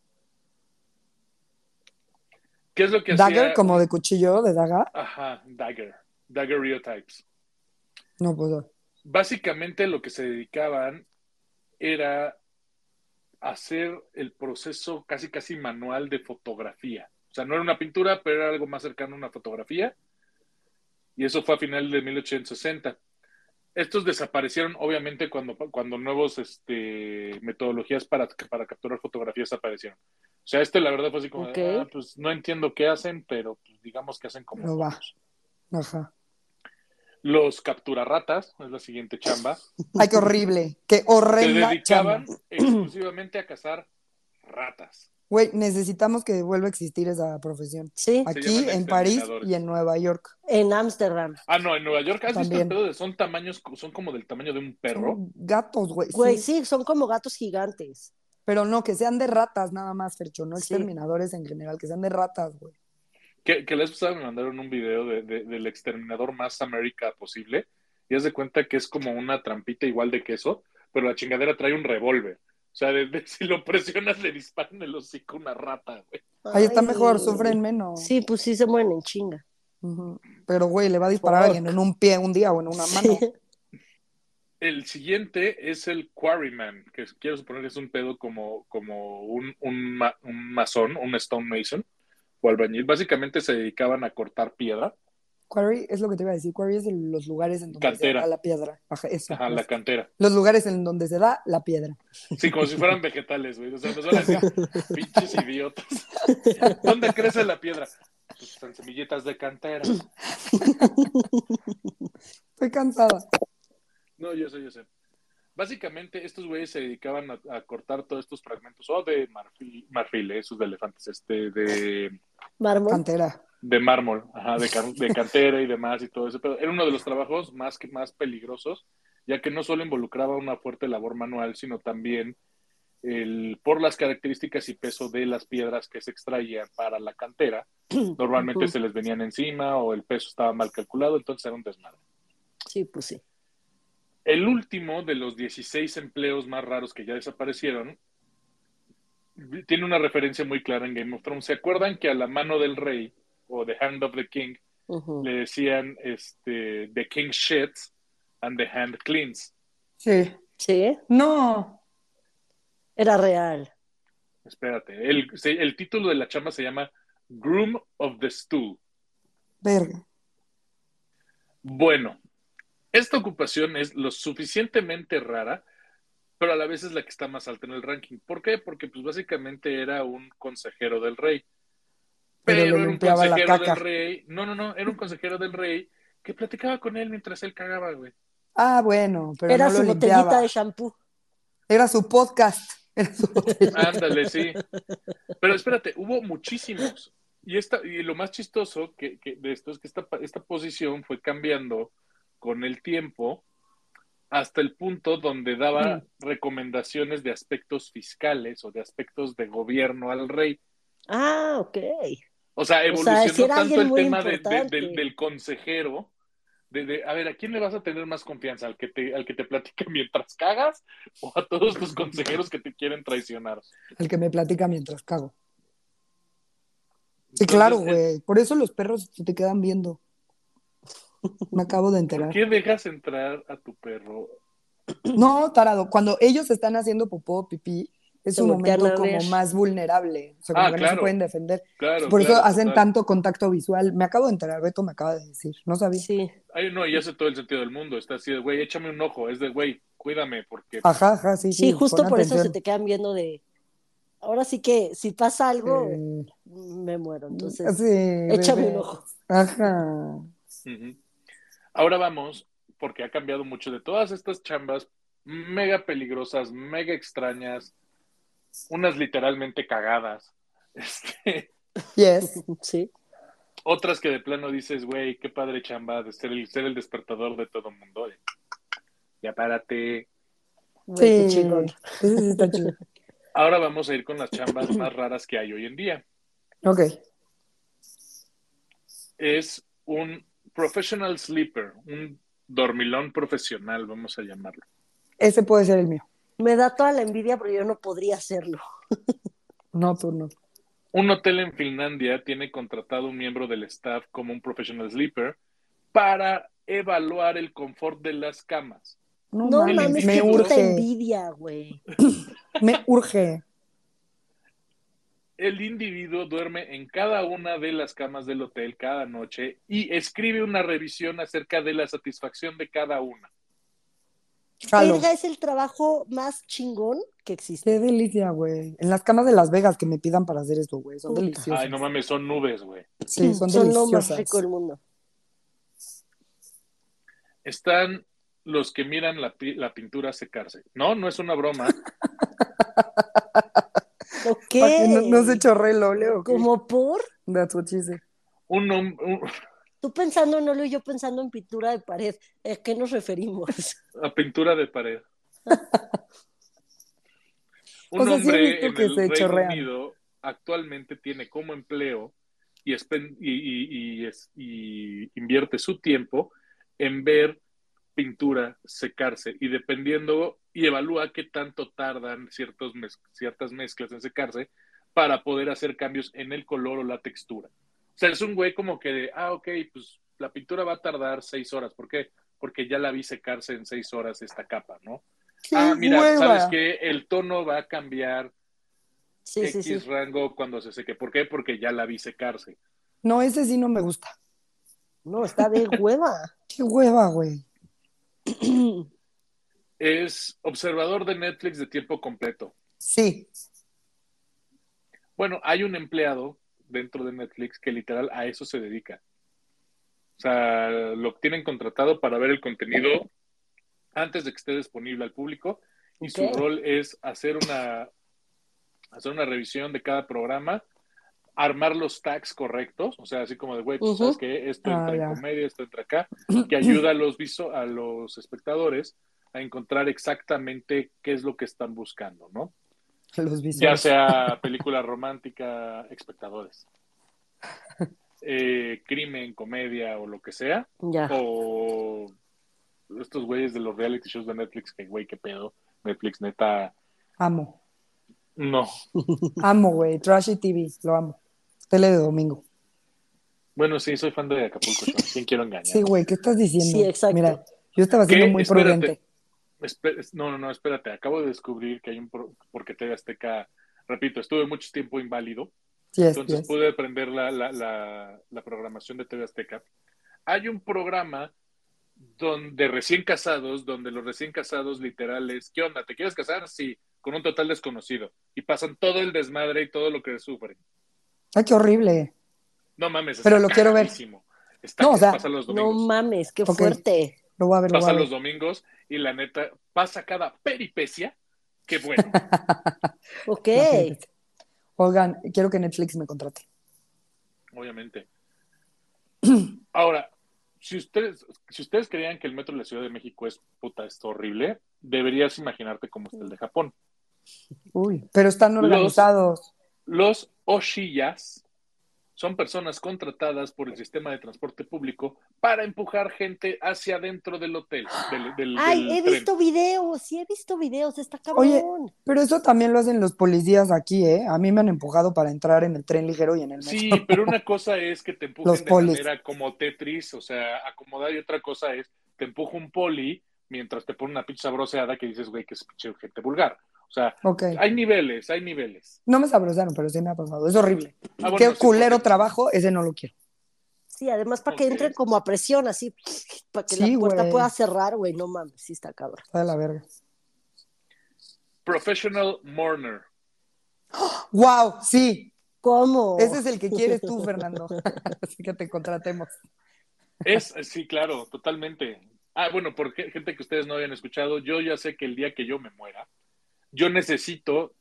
A: ¿Qué es lo que
B: Dagger,
A: hacía
B: como de cuchillo, de daga.
A: Ajá, daguerreotypes.
B: No, pues.
A: Básicamente lo que se dedicaban era hacer el proceso casi casi manual de fotografía. O sea, no era una pintura, pero era algo más cercano a una fotografía. Y eso fue a final de 1860. Estos desaparecieron, obviamente, cuando nuevos metodologías para capturar fotografías aparecieron. O sea, la verdad fue así como,
C: Ok.
A: pues no entiendo qué hacen, pero pues, digamos que hacen como
B: Pero va.
A: fotos.
B: Ajá.
A: Los capturarratas, es la siguiente chamba,
B: Ay, qué horrible. Qué
A: se
B: horrenda chamba.
A: dedicaban exclusivamente a cazar ratas.
B: Güey, necesitamos que vuelva a existir esa profesión.
C: Sí,
A: Se
B: Aquí,
A: llaman
B: en París
A: exterminadores.
B: y en Nueva York
C: en Ámsterdam.
A: Ah, no, en Nueva York, ¿has visto el
B: también.
A: pedo de son tamaños, son como del tamaño de un perro?
B: Son gatos, güey,
C: Güey,
B: sí.
C: sí, son como gatos gigantes.
B: Pero no, que sean de ratas nada más, Fercho, no
C: Sí.
B: exterminadores en general, que sean de ratas, güey.
A: Que la vez pasada me mandaron un video del exterminador más América posible y haz de cuenta que es como una trampita igual de queso, pero la chingadera trae un revólver. O sea, si lo presionas le disparan en el hocico una rata, güey.
B: Ahí está
C: Ay.
B: mejor, sufren menos.
C: Sí, pues sí se mueren en chinga.
B: Ujú. Pero, güey, le va a disparar a alguien en un pie un día o en una mano.
C: Sí.
A: El siguiente es el Quarryman, que quiero suponer es un pedo como un masón, un stonemason o albañil. Básicamente se dedicaban a cortar piedra,
B: Quarry es lo que te iba a decir. Quarry es los lugares en donde se da
A: cantera,
B: la piedra. Ajá, eso.
A: ajá, la cantera.
B: Los lugares en donde se da la piedra.
A: Sí, como si fueran vegetales, güey. O sea, nos van a decir, pinches idiotas. ¿Dónde crece la piedra? Pues en semilletas de cantera.
B: Estoy cansada.
A: No, yo sé. Básicamente, estos güeyes se dedicaban a cortar todos estos fragmentos, o de marfil, esos de elefantes,
C: Mármol.
B: Cantera.
A: de mármol, ajá, de cantera y demás y todo eso. Pero era uno de los trabajos más peligrosos, ya que no solo involucraba una fuerte labor manual, sino también por las características y peso de las piedras que se extraían para la cantera, normalmente se les venían encima o el peso estaba mal calculado, entonces era un desmadre.
C: Sí, pues sí.
A: El último de los 16 empleos más raros que ya desaparecieron tiene una referencia muy clara en Game of Thrones. ¿Se acuerdan que a la mano del rey o The Hand of the King le decían The King shits and the hand cleans?
B: Sí.
C: Sí,
B: No.
C: era real.
A: Espérate, el título de la chamba se llama Groom of the Stool.
B: Verga.
A: Bueno, esta ocupación es lo suficientemente rara, pero a la vez es la que está más alta en el ranking. ¿Por qué? Porque pues básicamente era un consejero del rey.
B: Pero le
A: Pero era un
B: limpiaba la
A: consejero del
B: caca.
A: rey. No, era un consejero del rey que platicaba con él mientras él cagaba, güey.
B: Ah, bueno, pero
C: Era
B: no lo
C: su botellita
B: limpiaba.
C: de shampoo.
B: Era su podcast. Era su botellita.
A: Ándale, sí. Pero espérate, hubo muchísimos. Y lo más chistoso de esto es que esta posición fue cambiando con el tiempo hasta el punto donde daba recomendaciones de aspectos fiscales o de aspectos de gobierno al rey.
C: Ah, ok.
A: O sea,
C: O sea,
A: evolucionó
C: si era
A: tanto
C: alguien
A: el
C: muy
A: tema
C: importante.
A: del consejero, a ver, ¿a quién le vas a tener más confianza? ¿Al que te platica mientras cagas o a todos tus consejeros que te quieren traicionar?
B: El que me platica mientras cago. Sí,
A: Entonces,
B: claro, güey. Por eso los perros se te quedan viendo. Me acabo de
A: ¿por
B: enterar.
A: qué dejas entrar a tu perro?
B: No, tarado. Cuando ellos están haciendo popó, pipí, es
C: Se
B: un
C: voltean
B: momento
C: a ver.
B: como más vulnerable. O sea, como que no se
A: Claro,
B: pueden defender.
A: claro,
B: Por eso
A: claro,
B: hacen
A: total.
B: tanto contacto visual. Me acabo de enterar, Beto me acaba de decir. No sabía.
C: Sí.
A: Ay, no, y hace todo el sentido del mundo. Está así de, güey, échame un ojo. Es de, güey, cuídame, porque
B: Ajá, sí,
C: Sí, justo
B: pon
C: por eso se
B: atención.
C: te quedan viendo de. Ahora sí que si pasa algo,
B: Eh,
C: me muero. Entonces,
B: sí,
C: échame un
B: bebé.
C: ojo.
B: Ajá.
A: Ujú. Ahora vamos, porque ha cambiado mucho de todas estas chambas mega peligrosas, mega extrañas, unas literalmente cagadas.
B: Yes.
C: Sí.
A: Otras que de plano dices, güey, qué padre chamba de ser el despertador de todo mundo. Ya párate.
C: Güey, qué chingón.
B: Sí. Ese sí está chido.
A: Ahora vamos a ir con las chambas más raras que hay hoy en día.
B: Ok.
A: Es un professional sleeper, un dormilón profesional, vamos a llamarlo.
B: Ese puede ser el mío.
C: Me da toda la envidia, pero yo no podría hacerlo.
B: No, tú no.
A: Un hotel en Finlandia tiene contratado un miembro del staff como un professional sleeper para evaluar el confort de las camas.
B: No
C: No
A: El
C: mames,
B: mames, me
C: qué
A: individuo,
C: puta
B: urge.
C: envidia, güey.
B: Me urge.
A: el individuo duerme en cada una de las camas del hotel cada noche y escribe una revisión acerca de la satisfacción de cada una.
B: Jalo.
C: Verga es el trabajo más chingón que existe.
B: Qué delicia, güey. En las camas de Las Vegas que me pidan para hacer esto, güey. Son
C: Puta.
B: deliciosas.
A: Ay, no mames, son nubes, güey.
B: Sí, son
C: Son lo
B: deliciosas.
C: más rico del mundo.
A: Están los que miran la pintura secarse. No, no es una broma.
C: Ok.
B: Para que no se chorre el óleo. ¿O qué?
C: ¿Como por?
B: That's what she said.
C: Tú pensando en óleo y yo pensando en pintura de pared. ¿A qué nos referimos?
A: A pintura de pared.
B: O
A: Un
B: sea, sí he
A: hombre
B: visto
A: en
B: que
A: el
B: se
A: Reino
B: chorrean.
A: Unido actualmente tiene como empleo y invierte su tiempo en ver pintura secarse y dependiendo y evalúa qué tanto tardan ciertas mezclas en secarse para poder hacer cambios en el color o la textura. O sea, es un güey como que ok, pues la pintura va a tardar 6 horas. ¿Por qué? Porque ya la vi secarse en 6 horas esta capa, ¿no?
B: ¡Qué
A: Mira, ¿sabes
B: hueva!
A: qué? El tono va a cambiar
C: Sí, sí,
A: X
C: sí.
A: rango cuando se seque. ¿Por qué? Porque ya la vi secarse.
B: No, ese sí no me gusta.
C: No, está de hueva.
B: ¡Qué hueva, güey!
A: Es observador de Netflix de tiempo completo.
B: Sí.
A: Bueno, hay un empleado dentro de Netflix que literal a eso se dedica. O sea, lo tienen contratado para ver el contenido antes de que esté disponible al público y
C: Ok.
A: su rol es hacer una revisión de cada programa, armar los tags correctos, o sea, así como de, güey, pues sabes
C: Ujú.
A: que esto
B: Ah,
A: entra en
B: ya.
A: comedia, esto entra acá, que ayuda a los espectadores a encontrar exactamente qué es lo que están buscando, ¿no?
B: Los
A: Ya
B: visores.
A: sea película romántica, espectadores, crimen, comedia o lo que sea,
C: Ya.
A: o estos güeyes de los reality shows de Netflix, que güey, qué pedo, Netflix neta,
B: Amo.
A: no.
B: Amo, güey. Trashy TV. Lo amo. Tele de domingo.
A: Bueno, sí, soy fan de Acapulco Shore, ¿quién quiero
B: Sí,
A: engañar?
B: güey. ¿Qué estás
C: Sí,
B: diciendo? Mira,
C: exacto.
B: yo estaba siendo
A: ¿Qué?
B: muy
A: Espérate,
B: prudente.
A: No, no, no, espérate. Acabo de descubrir que hay porque TV Azteca, repito, estuve mucho tiempo inválido,
B: Yes,
A: entonces
B: yes.
A: pude aprender la programación de TV Azteca. Hay un programa donde los recién casados literales, ¿qué onda? ¿Te quieres casar? Sí, con un total desconocido. Y pasan todo el desmadre y todo lo que sufren.
B: Ay, qué horrible.
A: No mames,
B: Pero
A: está
B: lo quiero ver.
A: cagadísimo.
B: No, o
A: Pasa
B: sea,
A: los
C: No
A: domingos.
C: mames, qué
B: ok.
C: fuerte.
B: Lo voy a ver, lo voy a
A: Pasa los
B: ver.
A: domingos y la neta pasa cada peripecia. Qué bueno,
C: Ok.
B: La peripecia. Oigan, quiero que Netflix me contrate.
A: obviamente. Ahora, si ustedes creían que el metro de la Ciudad de México es horrible, deberías imaginarte cómo está el de Japón.
B: Uy, pero están
A: Los,
B: organizados.
A: los Oshiyas son personas contratadas por el sistema de transporte público para empujar gente hacia adentro del hotel,
C: Ay,
A: del tren.
C: sí he visto videos, está
B: Oye,
C: cabrón.
B: pero eso también lo hacen los policías aquí, ¿eh? A mí me han empujado para entrar en el tren ligero y en el metro.
A: Sí, pero una cosa es que te
B: Los
A: empujen de
B: polis.
A: manera como Tetris, o sea, acomodar, y otra cosa es te empuja un poli mientras te pone una pizza broseada que dices, güey, que es pinche gente vulgar. O sea,
B: Ok.
A: hay niveles, hay niveles.
B: No me sabrosaron, pero sí me ha pasado. Es horrible.
A: Bueno,
B: Qué
A: sí,
B: culero
A: porque,
B: trabajo, ese no lo quiero.
C: Sí, además para que
A: ok,
C: entren como a presión, así, para que la
B: Sí,
C: puerta pueda
B: güey.
C: cerrar, güey, no mames, sí está cabrón.
B: Está de la verga.
A: professional mourner.
B: ¡Wow! Sí.
C: ¿Cómo?
B: Ese es el que quieres tú, Fernando. Así que te contratemos.
A: Sí, claro, totalmente. Bueno, por gente que ustedes no habían escuchado, yo ya sé que el día que yo me muera, yo necesito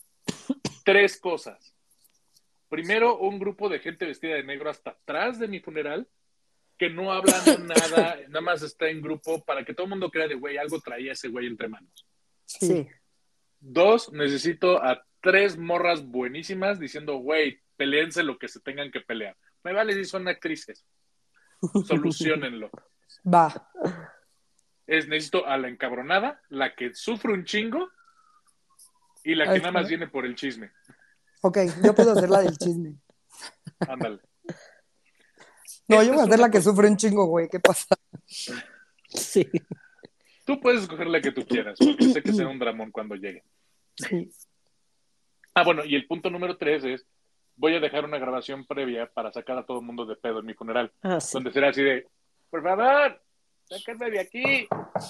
A: 3 cosas. Primero, un grupo de gente vestida de negro hasta atrás de mi funeral, que no habla, no nada, nada más está en grupo para que todo el mundo crea de, güey, algo traía ese güey entre manos.
B: Sí.
C: Sí.
A: 2, necesito a 3 morras buenísimas diciendo, güey, peleense lo que se tengan que pelear. Me vale si son actrices, solucionenlo.
B: Va.
A: Necesito a la encabronada, la que sufre un chingo y la
B: Ahí
A: que nada
B: está.
A: más viene por el chisme.
B: Ok, yo puedo hacer la del chisme.
A: Ándale.
B: No, yo
A: Esta
B: voy a
A: es
B: hacer
A: una
B: la que
A: cosa.
B: sufre un chingo, güey. ¿Qué pasa?
C: Sí.
A: Tú puedes escoger la que tú quieras, porque sé que será un dramón cuando llegue.
B: Sí.
A: Bueno, y el punto número 3 es, voy a dejar una grabación previa para sacar a todo el mundo de pedo en mi funeral,
C: Ah, sí.
A: donde será así de, por favor, sáquenme de aquí,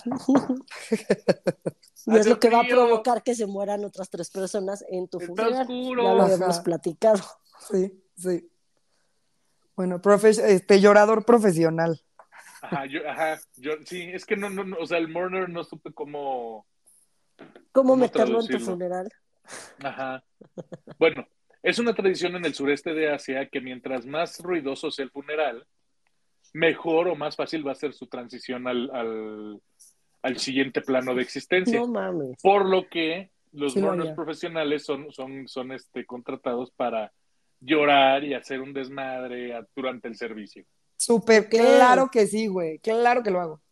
C: Y es
A: hace
C: lo que va a
A: frío,
C: provocar que se mueran otras 3 personas en tu
A: está
C: funeral. Ya lo
A: oscuro.
C: habíamos
B: Ajá.
C: platicado.
B: Sí, sí. Bueno, llorador profesional.
A: Sí, es que no, o sea, el mourner no supe cómo
C: ¿Cómo meterlo en tu
A: traducirlo.
C: funeral?
A: Ajá. Bueno, es una tradición en el sureste de Asia que mientras más ruidoso sea el funeral, mejor o más fácil va a ser su transición al siguiente plano de existencia.
C: No mames.
A: Por lo que los
B: Sí lo
A: mourners
B: haría.
A: profesionales son contratados para llorar y hacer un desmadre durante el servicio.
B: Súper
C: Ok.
B: claro que sí, güey. Claro que lo hago.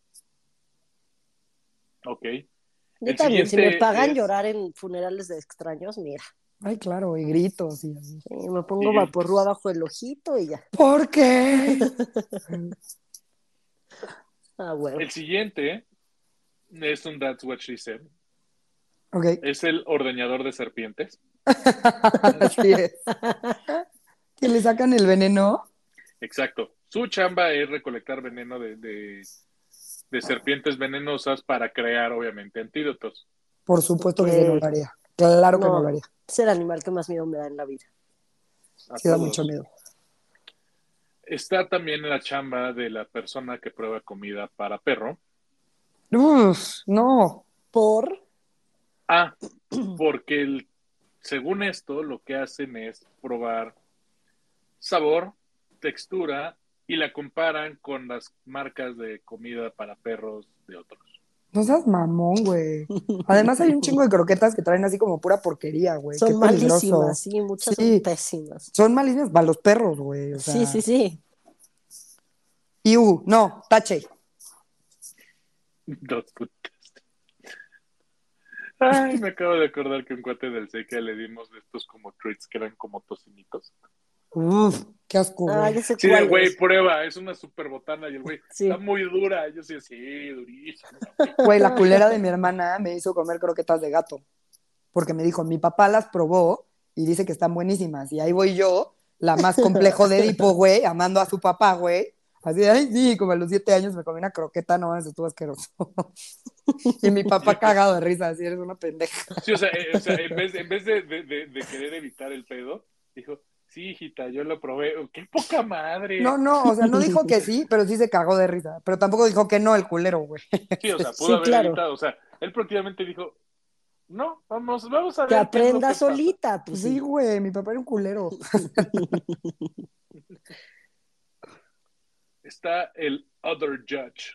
A: ¿Ok?
C: Yo
A: El
C: también, si me
A: siguiente
C: pagan
A: es,
C: llorar en funerales de extraños, mira,
B: Ay, claro, y gritos y así.
C: me pongo
A: y el,
C: vaporru abajo del ojito y ya.
B: ¿Por qué?
C: Ah, bueno.
A: el siguiente es un That's What She Said.
B: Ok,
A: Es el ordeñador de serpientes.
B: así es. Que le sacan el veneno.
A: Exacto. Su chamba es recolectar veneno de serpientes venenosas para crear, obviamente, antídotos.
B: Por
C: Ok.
B: supuesto que sí, no lo haría. Claro que no lo
C: No,
B: haría.
C: es el animal que más miedo me da en la vida.
A: A
B: Sí da mucho
A: todos.
B: miedo.
A: Está también la chamba de la persona que prueba comida para perro.
B: Uf, no.
C: Por,
A: Ah, porque según esto, lo que hacen es probar sabor, textura y la comparan con las marcas de comida para perros de otros.
B: No seas mamón, güey. Además hay un chingo de croquetas que traen así como pura porquería, güey. Qué
C: son
B: peligroso.
C: malísimas, sí, muchas son
B: Sí,
C: pésimas.
B: son malísimas para los perros, güey. O
C: Sí, sí,
B: sea,
C: sí.
B: no, tache.
A: Dos putas. Ay, me acabo de acordar que un cuate del Seca le dimos de estos como treats que eran como tocinitos.
B: Uf, qué asco,
C: Ah,
B: güey.
C: ya sé
A: Sí, de
C: cuál
A: güey,
C: es.
A: prueba, es una super botana y el güey está
C: Sí.
A: muy dura. Yo sí, sí, durísima.
B: Güey, la culera de mi hermana me hizo comer croquetas de gato. Porque me dijo, mi papá las probó y dice que están buenísimas. Y ahí voy yo, la más complejo de Edipo, güey, amando a su papá, güey. Así de, ay, sí, como a los 7 años me comí una croqueta, no, eso estuvo asqueroso. Y mi papá cagado de risa, así eres una pendeja.
A: Sí, o sea en vez de querer evitar el pedo, dijo, sí, hijita, yo lo probé. ¡Qué poca
B: No,
A: madre!
B: no, o sea, no dijo que sí, pero sí se cagó de risa. Pero tampoco dijo que no, el culero, güey.
A: Sí, o sea, pudo
C: Sí,
A: haber
C: claro.
A: evitado. O sea, él prácticamente dijo, no, vamos a
C: Que
A: ver qué es lo
C: aprenda
A: que pasa.
C: solita, pues
B: Sí,
C: sí.
B: güey, mi papá era un culero.
A: Está el other judge.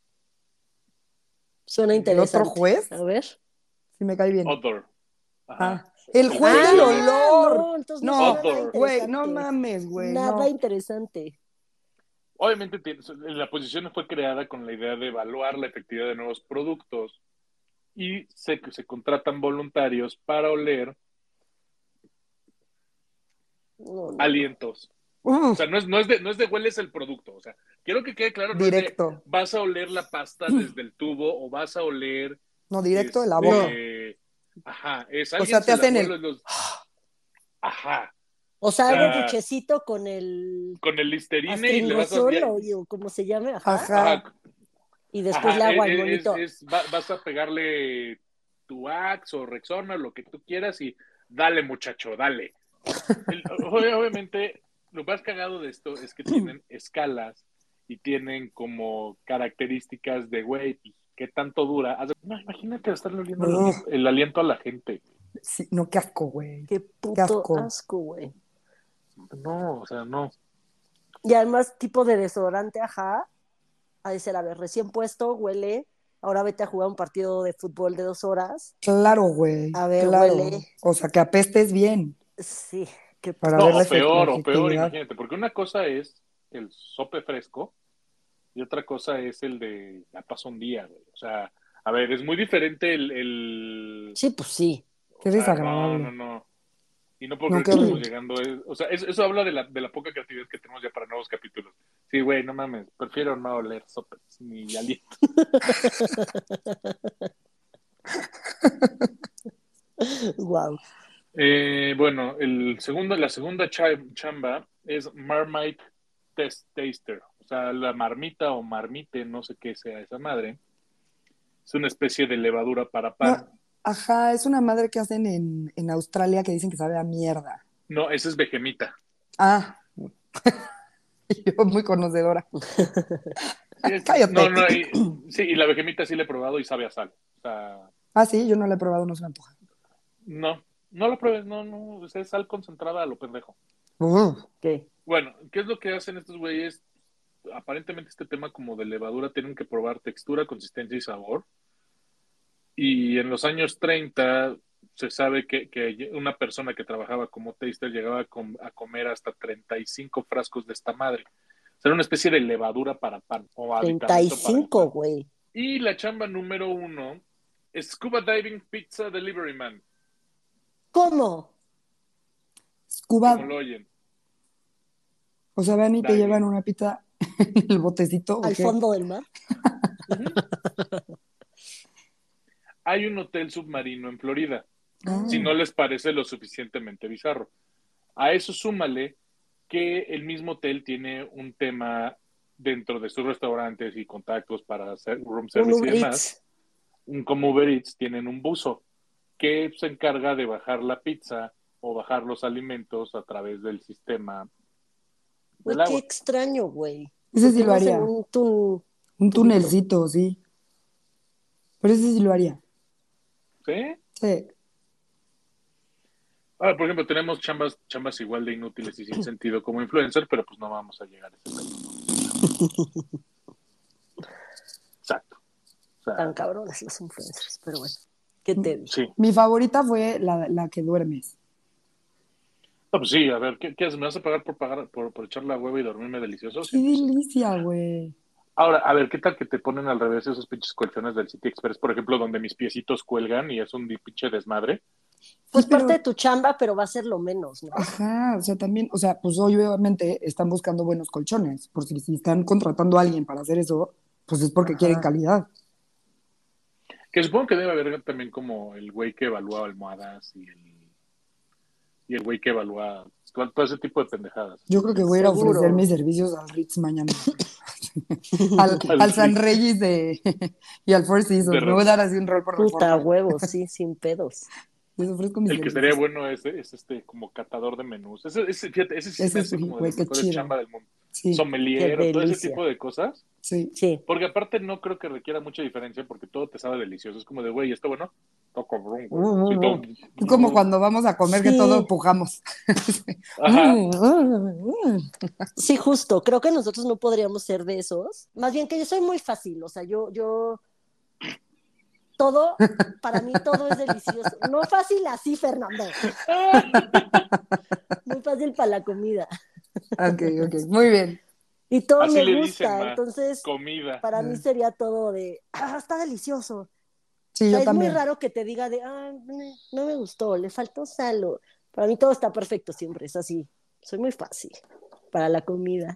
C: Suena
B: ¿El otro
C: interesante.
B: juez?
C: A ver.
B: Sí me cae bien.
A: Other. Ajá.
B: Ah, el
A: El
B: juez
A: juez
B: del
A: es
B: olor.
C: no, entonces no
B: No,
C: suena nada
A: other.
B: güey, no
C: interesante.
B: mames, güey,
C: Nada
B: no.
C: interesante.
A: Obviamente, la posición fue creada con la idea de evaluar la efectividad de nuevos productos y se contratan voluntarios para oler
C: No, no, no.
A: alientos. O
B: Uf,
A: sea, no es de hueles el producto. O sea, quiero que quede claro, no es de
B: directo.
A: vas a oler la pasta desde el tubo o vas a oler,
B: No, directo de la boca.
C: No.
A: ajá, es
B: O sea,
A: alguien
B: te
A: se
B: hacen
A: lavó
B: el.
A: los, ajá,
C: O
A: o
C: sea, algo
A: sea,
C: duchecito con el
A: con el Listerine y le vas a,
C: astringosol o como se llame, ajá.
A: ajá,
B: Ajá.
C: Y después
A: ajá,
C: le hago al monito.
A: vas a pegarle tu Axe o Rexona, lo que tú quieras y dale muchacho, dale. Obviamente, lo más cagado de esto es que tienen escalas y tienen como características de, güey, ¿qué tanto dura? No, imagínate estarle oliendo
B: Uf,
A: el aliento a la gente.
B: sí, no, qué asco, güey.
C: Qué
B: Qué
C: puto
B: asco.
C: asco, güey.
A: No, o sea, no.
C: Y además, tipo de desodorante, ajá. Ha de ser, a ver, recién puesto, huele. Ahora vete a jugar un partido de fútbol de 2 horas.
B: Claro, güey,
C: A ver,
B: claro.
C: huele.
B: O sea, que apestes bien
C: Sí, qué
B: para
A: No,
B: ver
C: puto.
B: la
A: o peor,
B: efectividad.
A: imagínate, porque una cosa es el sope fresco y otra cosa es el de ya pasó un día, güey. O sea, a ver, es muy diferente
C: Sí, pues sí.
A: o
B: Qué
A: sea, no, no,
B: desagradable.
A: no. Y no puedo
B: No,
A: creer
B: qué
A: que estamos
B: horrible.
A: llegando. O sea, eso habla de la poca creatividad que tenemos ya para nuevos capítulos. Sí, güey, no mames. Prefiero no oler sopes ni aliento.
C: Wow.
A: Bueno, la segunda chamba es Marmite Taster. O sea, la marmita o marmite, no sé qué sea esa madre. Es una especie de levadura para
B: No,
A: pan.
B: ajá, es una madre que hacen en Australia que dicen que sabe a mierda.
A: No, esa es Vejemita.
B: Ah, yo muy conocedora.
A: Sí, no,
B: Cállate.
A: no, sí, y la Vejemita sí la he probado y sabe a sal. O sea,
B: Ah, sí, yo no la he probado, no se me antoja.
A: no. No lo pruebes, no, o sea, es sal concentrada a lo pendejo.
C: ¿Qué?
A: Bueno, ¿qué es lo que hacen estos güeyes? Aparentemente este tema como de levadura tienen que probar textura, consistencia y sabor. Y en los años 30 se sabe que una persona que trabajaba como taster llegaba a comer hasta 35 frascos de esta madre. O sea, era una especie de levadura para pan o aditamento para el
C: 35,
A: pan.
C: güey.
A: Y la chamba número 1 es Scuba Diving Pizza Delivery Man,
C: ¿Cómo?
B: Scuba,
A: como lo oyen.
B: o sea, van y te
A: Diving.
B: llevan una pizza en el botecito, ¿o
C: ¿Al
B: qué?
C: fondo del mar?
A: Ujú. Hay un hotel submarino en Florida,
B: Ah,
A: si no les parece lo suficientemente bizarro. A eso súmale que el mismo hotel tiene un tema dentro de sus restaurantes y contactos para hacer room
C: Un
A: service y
C: Uber
A: demás.
C: Eats.
A: Como Uber Eats tienen un buzo que se encarga de bajar la pizza o bajar los alimentos a través del sistema
C: Güey,
A: del
C: qué
A: agua.
C: extraño, güey.
B: ese
C: ¿Por
B: sí
C: qué
B: lo
C: no hacen
B: haría.
C: un
B: Un
C: tubito?
B: tunelcito, sí. Pero ese sí lo haría.
A: ¿Sí?
B: Sí.
A: Ahora, por ejemplo, tenemos chambas igual de inútiles y sin sentido como influencer, pero pues no vamos a llegar a ese punto. Exacto. O sea,
C: Tan cabrones los influencers, pero bueno, ¿qué te digo?
A: sí.
B: Mi favorita fue la que duermes.
A: No, pues sí, a ver, ¿qué haces? ¿Me vas a pagar por echar la hueva y dormirme delicioso?
B: Qué
A: 100%.
B: delicia, güey.
A: Ahora, a ver, ¿qué tal que te ponen al revés esos pinches colchones del City Express, por ejemplo, donde mis piecitos cuelgan y es un pinche desmadre?
B: Sí,
C: Pues parte de
B: pero,
C: tu chamba, pero va a ser lo menos, ¿no?
B: ajá, o sea, también, o sea, pues obviamente están buscando buenos colchones, por si están contratando a alguien para hacer eso, pues es porque quieren
C: Ajá.
B: calidad.
A: Que supongo que debe haber también como el güey que evalúa almohadas y el güey que evalúa todo ese tipo de pendejadas.
B: Yo creo que voy a ir a ofrecer
C: Seguro.
B: mis servicios al Ritz mañana. Al San
A: Ritz
B: Regis y al Four
A: de
B: Seasons. Me voy a dar así un rol por
C: Puta
B: reforma.
C: huevos, sí, sin pedos.
B: Les ofrezco mis
A: El que estaría
B: servicios.
A: bueno es este como catador de menús. Fíjate, ese sí se me
B: Ese,
A: hace como de
B: güey,
A: las
B: qué
A: mejores
B: chido.
A: chambas del mundo.
B: Sí,
C: Qué
A: Sommelier o todo ese
C: delicia.
A: tipo de cosas.
B: sí.
C: Sí.
A: Porque aparte no creo que requiera mucha diferencia porque todo te sabe delicioso. Es como de, güey, ¿está bueno? Está cabrón, güey. Sí, todo.
B: Es como cuando vamos a comer que todo
C: Sí,
B: pujamos.
A: Ajá.
C: sí, justo. Creo que nosotros no podríamos ser de esos. Más bien que yo soy muy fácil. O sea, todo, para mí todo es delicioso. No fácil así, Fernando. Muy fácil para la comida.
B: Ok, ok, muy bien.
C: Y todo
A: Así
C: me
A: le dicen,
C: gusta.
A: ma.
C: Entonces,
A: Comida.
C: para mí sería todo de, está delicioso. O
B: Sí,
C: sea,
B: yo
C: es muy
B: también.
C: raro que te diga de, no me gustó, le faltó sal. Para mí todo está perfecto siempre, es así. Soy muy fácil para la comida.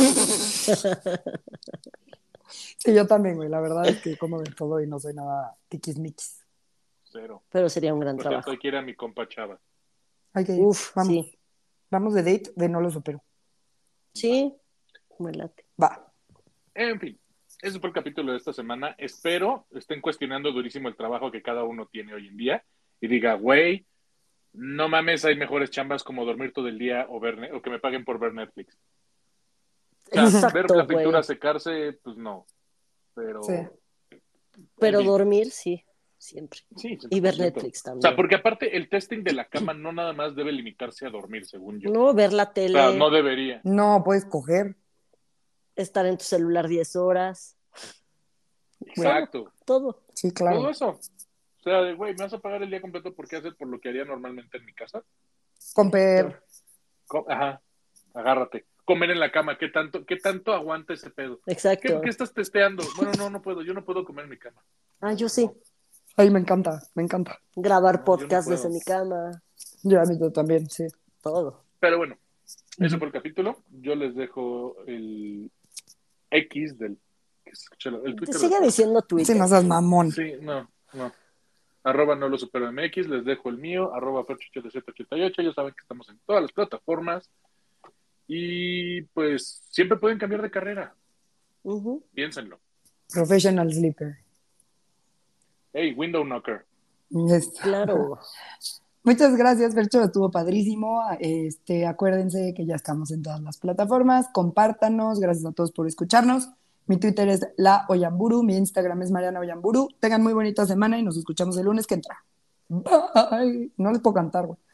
B: Sí, yo también, güey. La verdad es que como de todo y no soy nada tiquismiquis.
A: Cero.
C: Pero sería un gran
A: Por cierto,
C: trabajo.
A: hay que ir a mi compa Chava.
B: Hay que ir.
C: Uf,
B: Vamos.
C: sí.
B: Vamos de date de no lo supero.
C: Sí, me late.
B: Va.
A: En fin, ese fue el capítulo de esta semana. Espero estén cuestionando durísimo el trabajo que cada uno tiene hoy en día y diga, güey, no mames, hay mejores chambas como dormir todo el día o que me paguen por ver Netflix. O sea, ver
C: Exacto,
A: la pintura
C: güey.
A: secarse, pues no.
B: Sí.
A: Pero, en
C: Pero
A: fin,
C: dormir, sí, siempre.
A: sí,
C: Y ver
A: 100%.
C: Netflix
A: O sea,
C: también.
A: porque aparte el testing de la cama no nada más debe limitarse a dormir, según yo.
C: No, ver la
A: O sea, no
C: tele,
A: debería.
B: No, puedes coger.
C: estar en tu celular 10 horas. Todo,
A: Exacto.
C: todo.
B: Sí,
A: Todo
B: claro.
A: eso. O sea, güey, ¿me vas a pagar el día completo por qué hacer por lo que haría normalmente en mi casa?
B: Comper.
A: Ajá, agárrate. Comer en la cama, ¿qué tanto aguanta ese pedo? ¿Qué,
C: Exacto.
A: qué estás testeando? Bueno, no puedo, yo no puedo comer en mi cama.
C: Yo sí.
B: Ay, me encanta, me encanta.
C: Grabar
A: No, yo no
C: podcast desde
A: puedo.
C: mi cama,
B: Yo a mí también, sí.
C: todo.
A: Pero bueno, eso fue el capítulo. Yo les dejo el X del... El Twitter del
C: Sigue
A: podcast.
C: diciendo
B: Sí, no
C: Twitter.
B: seas mamón.
A: Sí, no. Arroba no lo supero MX, les dejo el mío, arroba Fercho8788, ya saben que estamos en todas las plataformas y pues siempre pueden cambiar de carrera,
C: Ujú.
A: piénsenlo.
B: Professional sleeper.
A: Hey, window knocker.
B: Yes.
C: Claro.
B: Muchas gracias, Fercho, estuvo padrísimo. Acuérdense que ya estamos en todas las plataformas. Compártanos, gracias a todos por escucharnos. Mi Twitter es la Oyamburu, mi Instagram es Mariana Oyamburu. Tengan muy bonita semana y nos escuchamos el lunes que entra. Bye. No les puedo cantar, güey.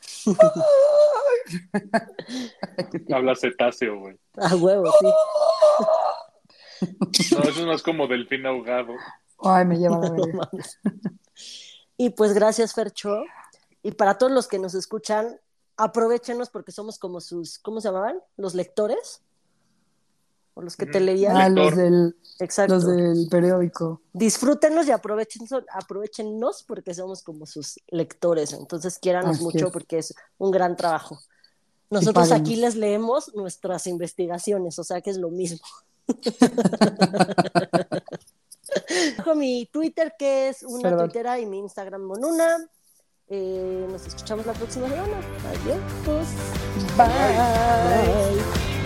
A: Habla cetáceo, güey.
C: A huevo, sí.
A: No, eso no es como delfín ahogado.
B: Ay, me lleva la
C: No
B: verga.
C: mames. Y pues gracias, Fercho. Y para todos los que nos escuchan, aprovéchenos porque somos como sus, ¿cómo se llamaban? ¿Los lectores? ¿O los que te leían?
B: Ah,
A: Lector.
C: Exacto.
B: los del periódico.
C: Disfrútenlos y aprovéchennos porque somos como sus lectores. Entonces, quiéranos
B: Así
C: mucho
B: es.
C: porque es un gran trabajo. Nosotros
B: páguenos.
C: aquí les leemos nuestras investigaciones, o sea que es lo mismo. Dejo mi Twitter, que es una
B: Perdón.
C: tuitera, y mi Instagram, Monuna. Nos escuchamos la próxima semana. Adiós.
B: Bye.
C: Bye.